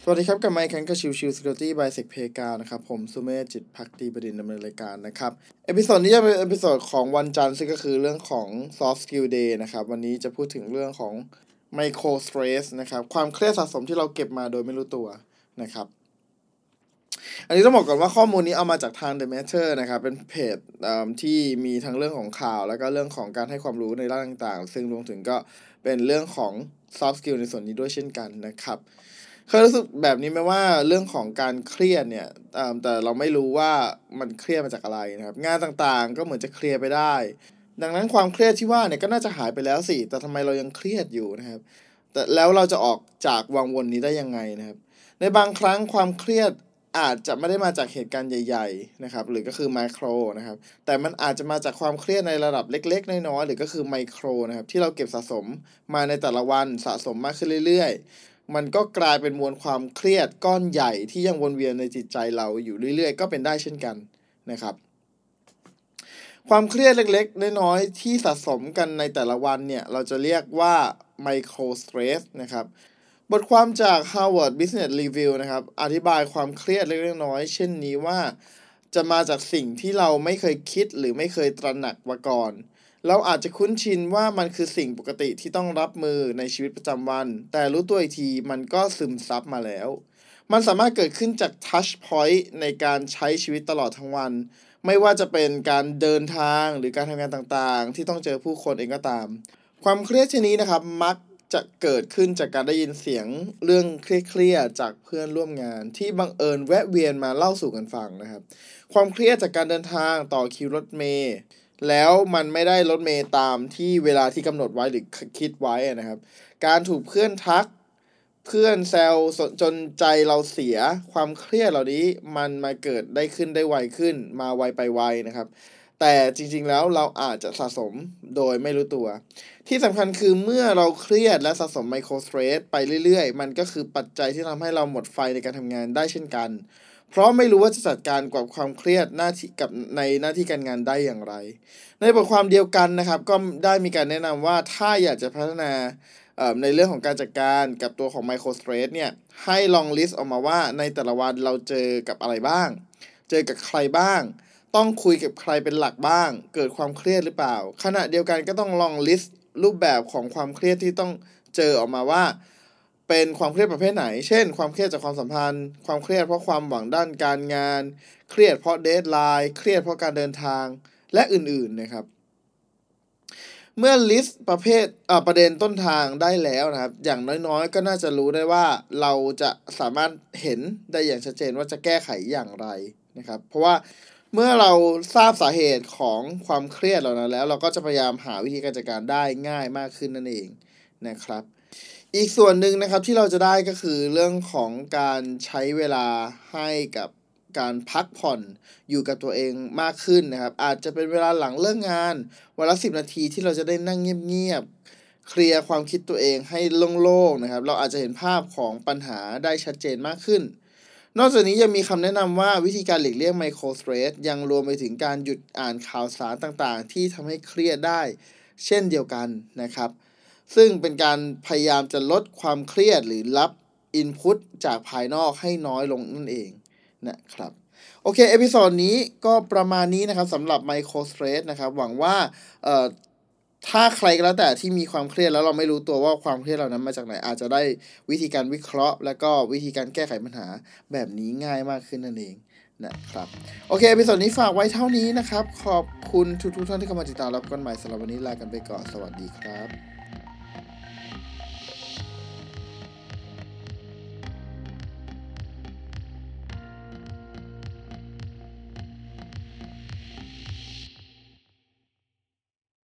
สวัสดีครับกับไมค์คันกับชิว Security by Sec p กานะครับผมสุเมธจิตภักดีประดินดำเนินรายการนะครับเอพิโซดนี้จะเป็นเอพิโซดของวันจันทร์ซึ่งก็คือเรื่องของ Soft Skill Day นะครับวันนี้จะพูดถึงเรื่องของ Micro Stress นะครับความเครียดสะสมที่เราเก็บมาโดยไม่รู้ตัวนะครับอันนี้ต้องบอกก่อนว่าข้อมูลนี้เอามาจากทาง The Matter นะครับเป็นเพจที่มีทั้งเรื่องของข่าวแล้วก็เรื่องของการให้ความรู้ในด้านต่างๆซึ่งรวมถึงก็เป็นเรื่องของ Soft Skill ในส่วนนี้ด้วยเช่นกันนะครับเคยรู้สึกแบบนี้ไหมว่าเรื่องของการเครียดเนี่ยแต่เราไม่รู้ว่ามันเครียดมาจากอะไรนะครับงานต่างๆก็เหมือนจะเคลียร์ไปได้ดังนั้นความเครียดที่ว่าเนี่ยก็น่าจะหายไปแล้วสิแต่ทำไมเรายังเครียดอยู่นะครับแต่แล้วเราจะออกจากวังวนนี้ได้ยังไงนะครับในบางครั้งความเครียดอาจจะไม่ได้มาจากเหตุการณ์ใหญ่ๆนะครับหรือก็คือไมโครนะครับแต่มันอาจจะมาจากความเครียดในระดับเล็กๆน้อยๆหรือก็คือไมโครนะครับที่เราเก็บสะสมมาในแต่ละวันสะสมมากขึ้นเรื่อยๆมันก็กลายเป็นมวลความเครียดก้อนใหญ่ที่ยังวนเวียนในจิตใจเราอยู่เรื่อยๆก็เป็นได้เช่นกันนะครับความเครียดเล็กๆน้อยๆที่สะสมกันในแต่ละวันเนี่ยเราจะเรียกว่าไมโครสเตรสนะครับบทความจาก Harvard Business Review นะครับอธิบายความเครียดเล็กๆน้อยๆเช่นนี้ว่าจะมาจากสิ่งที่เราไม่เคยคิดหรือไม่เคยตระหนักมาก่อนเราอาจจะคุ้นชินว่ามันคือสิ่งปกติที่ต้องรับมือในชีวิตประจำวันแต่รู้ตัวอีกทีมันก็ซึมซับมาแล้วมันสามารถเกิดขึ้นจาก touch point ในการใช้ชีวิตตลอดทั้งวันไม่ว่าจะเป็นการเดินทางหรือการทำงานต่างๆที่ต้องเจอผู้คนเองก็ตามความเครียดชนิดนะครับมักจะเกิดขึ้นจากการได้ยินเสียงเรื่องเครียดๆจากเพื่อนร่วมงานที่บังเอิญแวะเวียนมาเล่าสู่กันฟังนะครับความเครียดจากการเดินทางต่อคิวรถเมล์แล้วมันไม่ได้รถเมล์ตามที่เวลาที่กำหนดไว้หรือคิดไว้นะครับการถูกเพื่อนทักเพื่อนแซวจนใจเราเสียความเครียดเหล่านี้มันมาเกิดได้ขึ้นได้ไวขึ้นมาไวไปไวนะครับแต่จริงๆแล้วเราอาจจะสะสมโดยไม่รู้ตัวที่สำคัญคือเมื่อเราเครียดและสะสมไมโครสเตรสไปเรื่อยๆมันก็คือปัจจัยที่ทำให้เราหมดไฟในการทำงานได้เช่นกันเพราะไม่รู้ว่าจะจัดการกับความเครียดหน้าที่กับในหน้าที่การงานได้อย่างไรในบทความเดียวกันนะครับก็ได้มีการแนะนำว่าถ้าอยากจะพัฒนาในเรื่องของการจัดการกับตัวของไมโครสเตรสเนี่ยให้ลองลิสต์ออกมาว่าในแต่ละวันเราเจอกับอะไรบ้างเจอกับใครบ้างต้องคุยกับใครเป็นหลักบ้างเกิดความเครียดหรือเปล่าขณะเดียวกันก็ต้องลองลิสต์รูปแบบของความเครียดที่ต้องเจอออกมาว่าเป็นความเครียดประเภทไหนเช่นความเครียดจากความสัมพันธ์ความเครียดเพราะความหวังด้านการงานเครียดเพราะเดดไลน์เครียดเพราะการเดินทางและอื่นๆนะครับเมื่อลิสต์ประเด็นต้นทางได้แล้วนะครับอย่างน้อยๆก็น่าจะรู้ได้ว่าเราจะสามารถเห็นได้อย่างชัดเจนว่าจะแก้ไขอย่างไรนะครับเพราะว่าเมื่อเราทราบสาเหตุของความเครียดเหล่านั้นแล้วเราก็จะพยายามหาวิธีการจัดการได้ง่ายมากขึ้นนั่นเองนะครับอีกส่วนหนึ่งนะครับที่เราจะได้ก็คือเรื่องของการใช้เวลาให้กับการพักผ่อนอยู่กับตัวเองมากขึ้นนะครับอาจจะเป็นเวลาหลังเลิกงานวันละ10 นาทีที่เราจะได้นั่งเงียบๆเคลียร์ความคิดตัวเองให้โล่งๆนะครับเราอาจจะเห็นภาพของปัญหาได้ชัดเจนมากขึ้นนอกจากนี้ยังมีคำแนะนำว่าวิธีการหลีกเลี่ยงไมโครสเตรสยังรวมไปถึงการหยุดอ่านข่าวสารต่างๆที่ทำให้เครียดได้เช่นเดียวกันนะครับซึ่งเป็นการพยายามจะลดความเครียดหรือรับอินพุตจากภายนอกให้น้อยลงนั่นเองนะครับโอเคเอพิโซดนี้ก็ประมาณนี้นะครับสำหรับไมโครสเตรสนะครับหวังว่าถ้าใครก็แล้วแต่ที่มีความเครียดแล้วเราไม่รู้ตัวว่าความเครียดเหล่านั้นมาจากไหนอาจจะได้วิธีการวิเคราะห์และก็วิธีการแก้ไขปัญหาแบบนี้ง่ายมากขึ้นนั่นเองนะครับโอเคเอพิโซดนี้ฝากไว้เท่านี้นะครับขอบคุณทุกท่านที่เข้ามาติดตามรับกันใหม่สำหรับวันนี้ลากันไปก่อนสวัสดีครับ